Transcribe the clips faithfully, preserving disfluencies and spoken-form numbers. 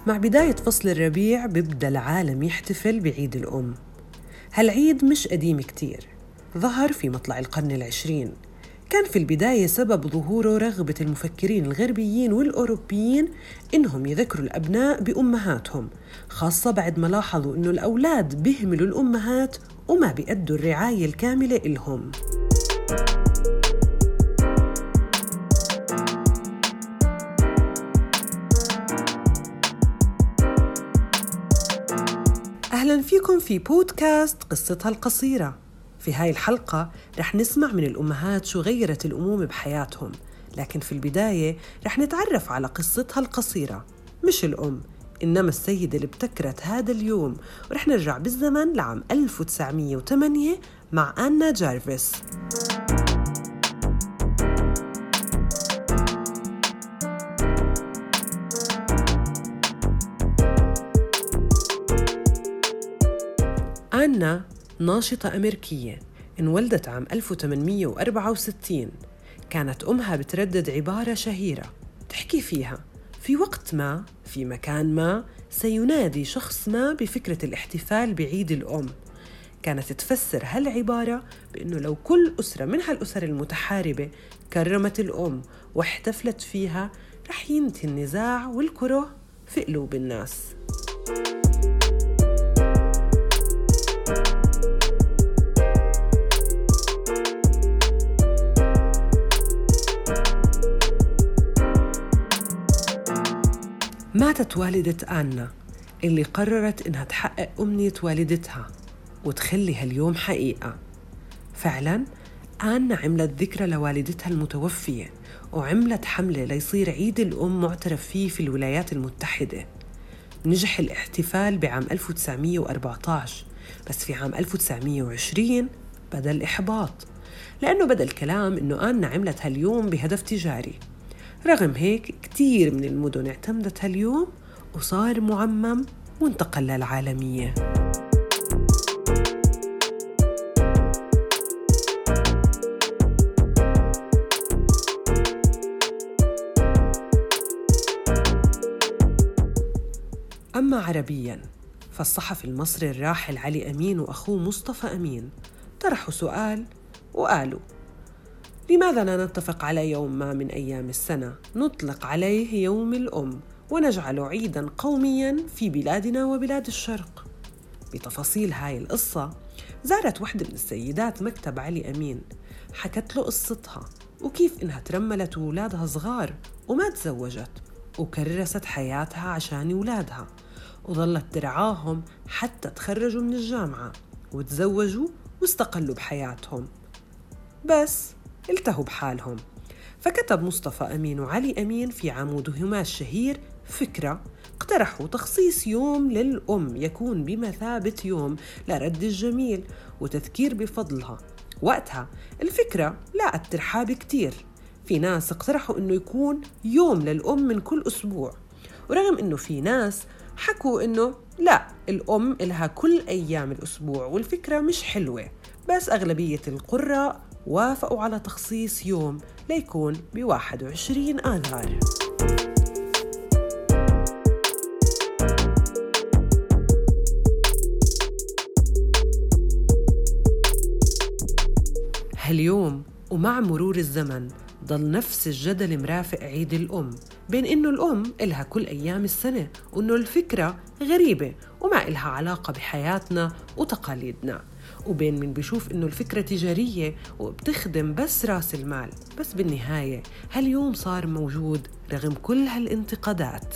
مع بداية فصل الربيع بيبدأ العالم يحتفل بعيد الأم. هالعيد مش قديم كتير، ظهر في مطلع القرن العشرين. كان في البداية سبب ظهوره رغبة المفكرين الغربيين والأوروبيين إنهم يذكروا الأبناء بأمهاتهم، خاصة بعد ما لاحظوا إنه الأولاد بيهملوا الأمهات وما بيأدوا الرعاية الكاملة إلهم. أهلاً فيكم في بودكاست قصتها القصيرة. في هاي الحلقة رح نسمع من الأمهات شو غيرت الأمومة بحياتهم، لكن في البداية رح نتعرف على قصتها القصيرة، مش الأم إنما السيدة اللي ابتكرت هذا اليوم. ورح نرجع بالزمن لعام ألف وتسعمية وثمانية مع آنا جارفيس. آنا ناشطة أمريكية، انولدت عام ألف وثمانمية وأربعة وستين. كانت أمها بتردد عبارة شهيرة تحكي فيها: في وقت ما في مكان ما سينادي شخص ما بفكرة الاحتفال بعيد الأم. كانت تفسر هالعبارة بأنه لو كل أسرة من هالأسر المتحاربة كرمت الأم واحتفلت فيها رح ينتهي النزاع والكره في قلوب الناس. ماتت والدة آنا اللي قررت إنها تحقق أمنية والدتها وتخلي هاليوم حقيقة. فعلاً آنا عملت ذكرى لوالدتها المتوفية، وعملت حملة ليصير عيد الأم معترف فيه في الولايات المتحدة. نجح الاحتفال بعام ألف وتسعمية وأربعة عشر، بس في عام ألف وتسعمية وعشرين بدأ الإحباط، لأنه بدأ الكلام إنه آنا عملت هاليوم بهدف تجاري. رغم هيك كتير من المدن اعتمدت هاليوم وصار معمم وانتقل للعالمية. أما عربياً فالصحفي المصري الراحل علي أمين وأخوه مصطفى أمين طرحوا سؤال وقالوا: لماذا لا نتفق على يوم ما من أيام السنة نطلق عليه يوم الأم ونجعله عيداً قومياً في بلادنا وبلاد الشرق؟ بتفاصيل هاي القصة زارت واحدة من السيدات مكتب علي أمين، حكت له قصتها وكيف إنها ترملت أولادها صغار وما تزوجت وكرست حياتها عشان أولادها، وظلت ترعاهم حتى تخرجوا من الجامعة وتزوجوا واستقلوا بحياتهم، بس التهوا بحالهم. فكتب مصطفى أمين وعلي أمين في عمودهما الشهير فكرة، اقترحوا تخصيص يوم للأم يكون بمثابة يوم لرد الجميل وتذكير بفضلها. وقتها الفكرة لاقت ترحاب كتير، في ناس اقترحوا إنه يكون يوم للأم من كل أسبوع، ورغم إنه في ناس حكوا إنه لا، الأم إلها كل أيام الأسبوع والفكرة مش حلوة، بس أغلبية القراء وافقوا على تخصيص يوم ليكون بواحد وعشرين آذار. هاليوم ومع مرور الزمن ضل نفس الجدل مرافق عيد الأم، بين إنه الأم إلها كل أيام السنة وإنه الفكرة غريبة وما إلها علاقة بحياتنا وتقاليدنا، وبين من بيشوف إنه الفكرة تجارية وبتخدم بس راس المال. بس بالنهاية هاليوم صار موجود رغم كل هالانتقادات.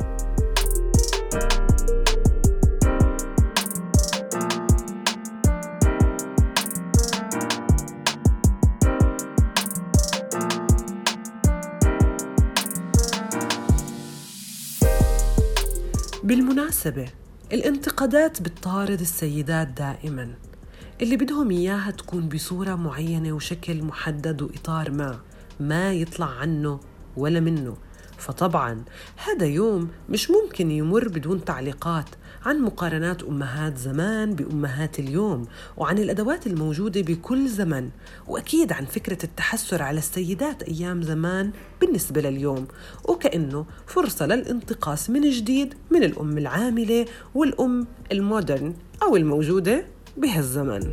بالمناسبة الانتقادات بتطارد السيدات دائماً، اللي بدهم إياها تكون بصورة معينة وشكل محدد وإطار ما ما يطلع عنه ولا منه. فطبعاً هذا يوم مش ممكن يمر بدون تعليقات عن مقارنات أمهات زمان بأمهات اليوم، وعن الأدوات الموجودة بكل زمن، وأكيد عن فكرة التحسر على السيدات أيام زمان بالنسبة لليوم، وكأنه فرصة للانتقاص من جديد من الأم العاملة والأم المودرن أو الموجودة بهالزمن.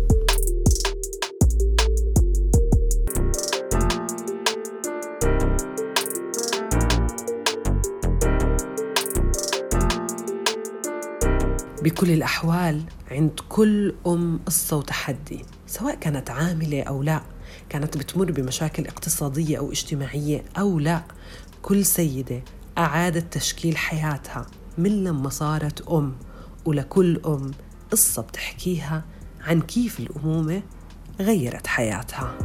بكل الأحوال عند كل أم قصة وتحدي، سواء كانت عاملة أو لا، كانت بتمر بمشاكل اقتصادية أو اجتماعية أو لا. كل سيدة أعادت تشكيل حياتها من لما صارت أم، ولكل أم قصة بتحكيها عن كيف الأمومة غيرت حياتها.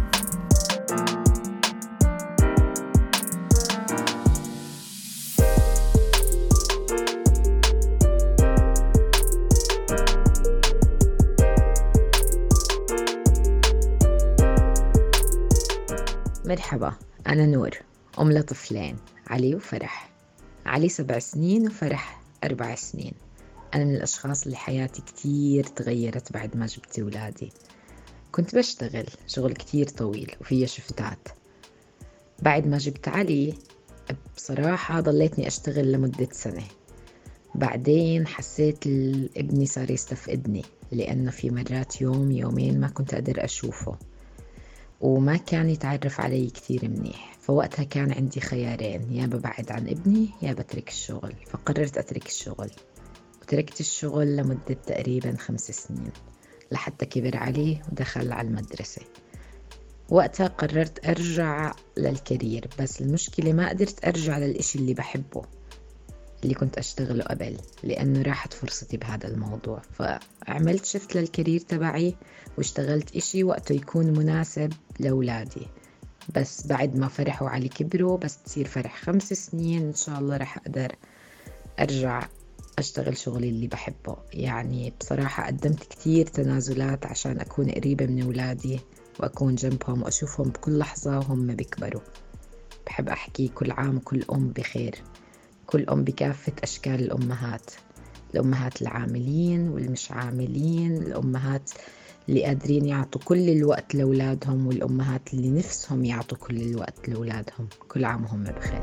مرحبا، أنا نور، أم لطفلين، علي وفرح. علي سبع سنين وفرح أربع سنين. أنا من الأشخاص اللي حياتي كتير تغيرت بعد ما جبت أولادي. كنت بشتغل شغل كتير طويل وفيه شفتات. بعد ما جبت علي بصراحة ضليتني أشتغل لمدة سنة. بعدين حسيت ابني صار يستفقدني، لأنه في مرات يوم يومين ما كنت أقدر أشوفه، وما كان يتعرف علي كتير منيح. فوقتها كان عندي خيارين، يا ببعد عن ابني يا بترك الشغل. فقررت أترك الشغل، وتركت الشغل لمدة تقريبا خمس سنين لحتى كبر علي ودخل على المدرسة. وقتها قررت أرجع للكارير، بس المشكلة ما قدرت أرجع للإشي اللي بحبه اللي كنت أشتغله قبل، لأنه راحت فرصتي بهذا الموضوع. فعملت شفت للكارير تبعي واشتغلت إشي وقته يكون مناسب لأولادي. بس بعد ما فرحوا علي كبروا، بس تصير فرح خمس سنين إن شاء الله رح أقدر أرجع أشتغل شغلي اللي بحبه. يعني بصراحة قدمت كتير تنازلات عشان أكون قريبة من أولادي وأكون جنبهم وأشوفهم بكل لحظة وهم بيكبروا. بحب أحكي كل عام وكل أم بخير، كل أم بكافة أشكال الأمهات، الأمهات العاملين والمش عاملين، الأمهات اللي قادرين يعطوا كل الوقت لأولادهم، والأمهات اللي نفسهم يعطوا كل الوقت لأولادهم. كل عام وهم بخير.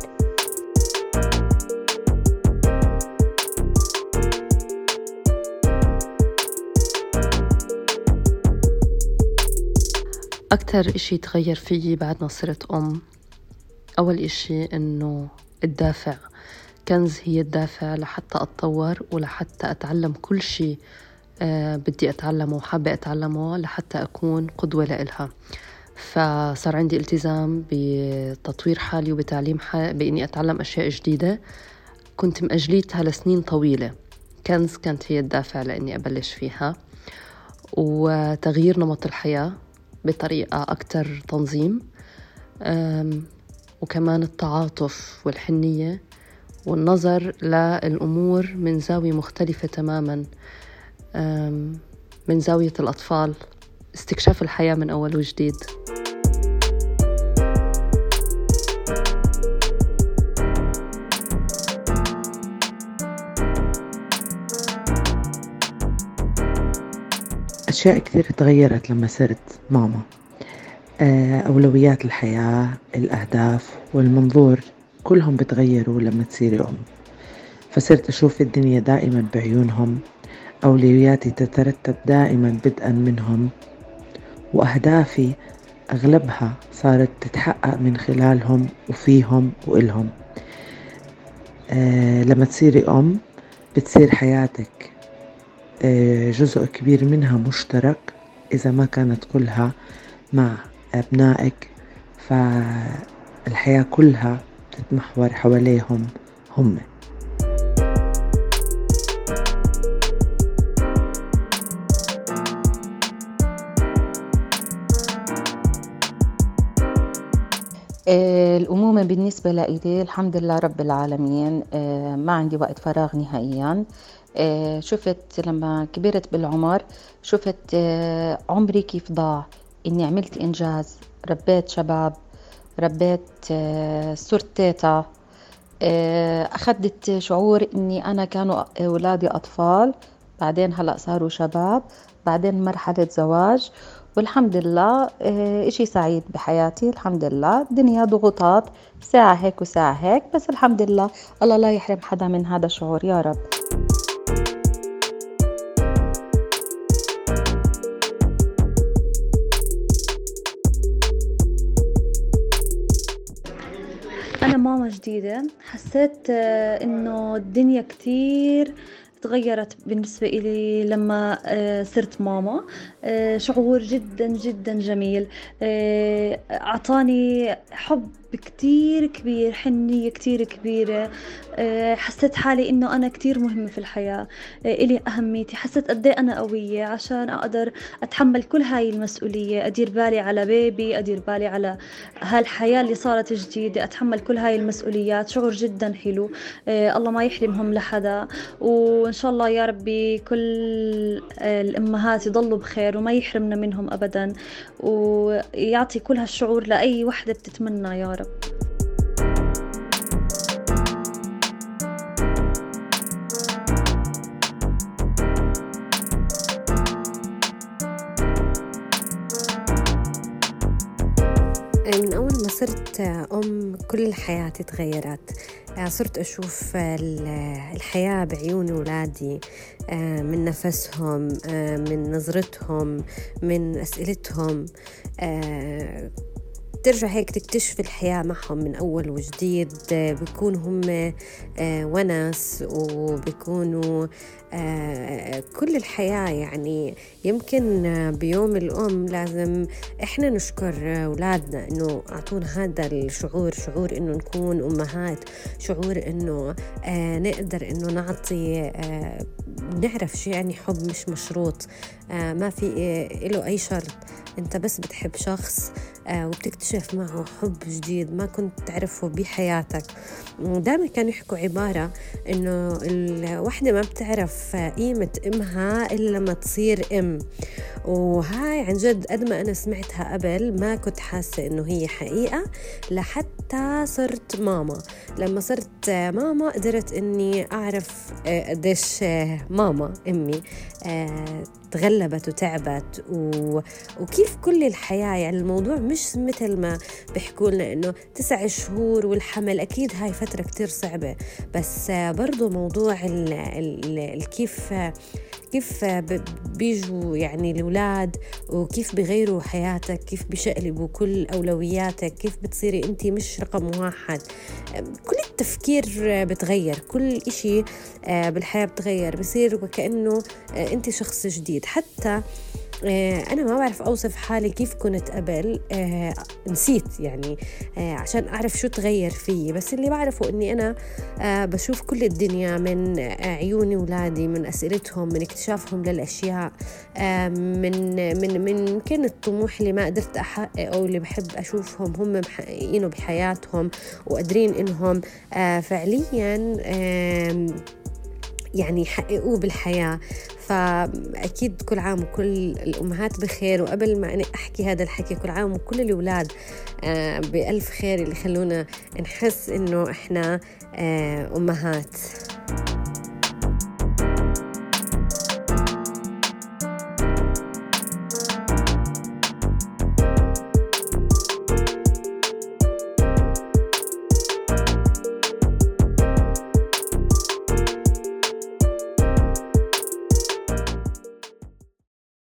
أكتر إشي تغير فيي بعد ما صرت أم، أول إشي إنه الدافع. كنز هي الدافع لحتى أتطور ولحتى أتعلم كل شيء أه بدي أتعلمه وحابة أتعلمه لحتى أكون قدوة لإلها. فصار عندي التزام بتطوير حالي وبتعليم حالي، بإني أتعلم أشياء جديدة كنت مأجليتها لسنين طويلة. كنز كانت هي الدافع لإني أبلش فيها. وتغيير نمط الحياة بطريقة أكتر تنظيم، وكمان التعاطف والحنية والنظر للأمور من زاوية مختلفة تماماً، من زاوية الأطفال، استكشاف الحياة من أول وجديد. أشياء كثير تغيرت لما صرت ماما. أولويات الحياة، الأهداف والمنظور كلهم بتغيروا لما تصيري أم. فصرت أشوف الدنيا دائما بعيونهم، أولوياتي تترتب دائما بدءا منهم، وأهدافي أغلبها صارت تتحقق من خلالهم وفيهم وإلهم. أه لما تصيري أم بتصير حياتك أه جزء كبير منها مشترك، إذا ما كانت كلها مع أبنائك، فالحياة كلها تتمحور حواليهم هم. الأمومة بالنسبة لإلي الحمد لله رب العالمين، ما عندي وقت فراغ نهائيا. شفت لما كبرت بالعمر، شفت عمري كيف ضاع. إني عملت إنجاز، ربيت شباب، ربيت صرت تيتا، أخذت شعور إني أنا كانوا أولادي أطفال، بعدين هلأ صاروا شباب، بعدين مرحلة زواج، والحمد لله إشي سعيد بحياتي. الحمد لله الدنيا ضغوطات، ساعة هيك وساعة هيك، بس الحمد لله. الله لا يحرم حدا من هذا الشعور يا رب. أنا ماما جديدة، حسيت إنه الدنيا كتير تغيرت بالنسبة إلي لما صرت ماما. شعور جدا جدا جميل، أعطاني حب كتير كبير، حنية كتير كبيرة. حسيت حالي إنه أنا كتير مهمة في الحياة، إلي أهميتي. حسيت قدي أنا قوية عشان أقدر أتحمل كل هاي المسؤولية، أدير بالي على بيبي، أدير بالي على هالحياة اللي صارت جديدة، أتحمل كل هاي المسؤوليات. شعور جدا حلو، الله ما يحرمهم لحدا، وإن شاء الله يا ربي كل الأمهات يضلوا بخير وما يحرمنا منهم أبدا، ويعطي كل هالشعور لأي وحدة بتتمنى يا رب. من أول ما صرت أم كل حياتي تغيرت. صرت أشوف الحياة بعيون أولادي، من نفسهم، من نظرتهم، من أسئلتهم. ترجع هيك تكتشف الحياة معهم من أول وجديد. بيكون هم ونس، وبيكونوا كل الحياة. يعني يمكن بيوم الأم لازم إحنا نشكر أولادنا إنه أعطونا هذا الشعور، شعور إنه نكون أمهات، شعور إنه نقدر إنه نعطي، نعرف شو يعني حب مش مشروط، ما في له أي شرط. أنت بس بتحب شخص وبتكتشف معه حب جديد ما كنت تعرفه بحياتك. دائما كانوا يحكوا عبارة إنه الوحدة ما بتعرف قيمة إمها إلا لما تصير إم، وهاي عن جد قد ما أنا سمعتها قبل ما كنت حاسة إنه هي حقيقة، لحتى صرت ماما. لما صرت ماما قدرت إني أعرف قديش ماما أمي تغلبت وتعبت، و... وكيف كل الحياة. يعني الموضوع مش مثل ما بيحكوا لنا إنه تسع شهور والحمل، أكيد هاي فترة كتير صعبة، بس برضو موضوع ال... ال... ال... كيف كيف بيجوا يعني الأولاد، وكيف بيغيروا حياتك، كيف بيشقلبوا كل أولوياتك، كيف بتصيري أنت مش رقم واحد. كل التفكير بتغير، كل إشي بالحياة بتغير، بصير وكأنه أنت شخص جديد. حتى أنا ما بعرف أوصف حالي كيف كنت قبل، نسيت يعني عشان أعرف شو تغير فيه. بس اللي بعرفه أني أنا بشوف كل الدنيا من عيون أولادي، من أسئلتهم، من اكتشافهم للأشياء، من من من كان الطموح اللي ما قدرت أحققه، أو اللي بحب أشوفهم هم محققينه بحياتهم وقادرين إنهم فعليا يعني يحققوه بالحياة. فأكيد كل عام وكل الأمهات بخير. وقبل ما أنا أحكي هذا الحكي، كل عام وكل الأولاد بألف خير، اللي خلونا نحس إنه إحنا أمهات.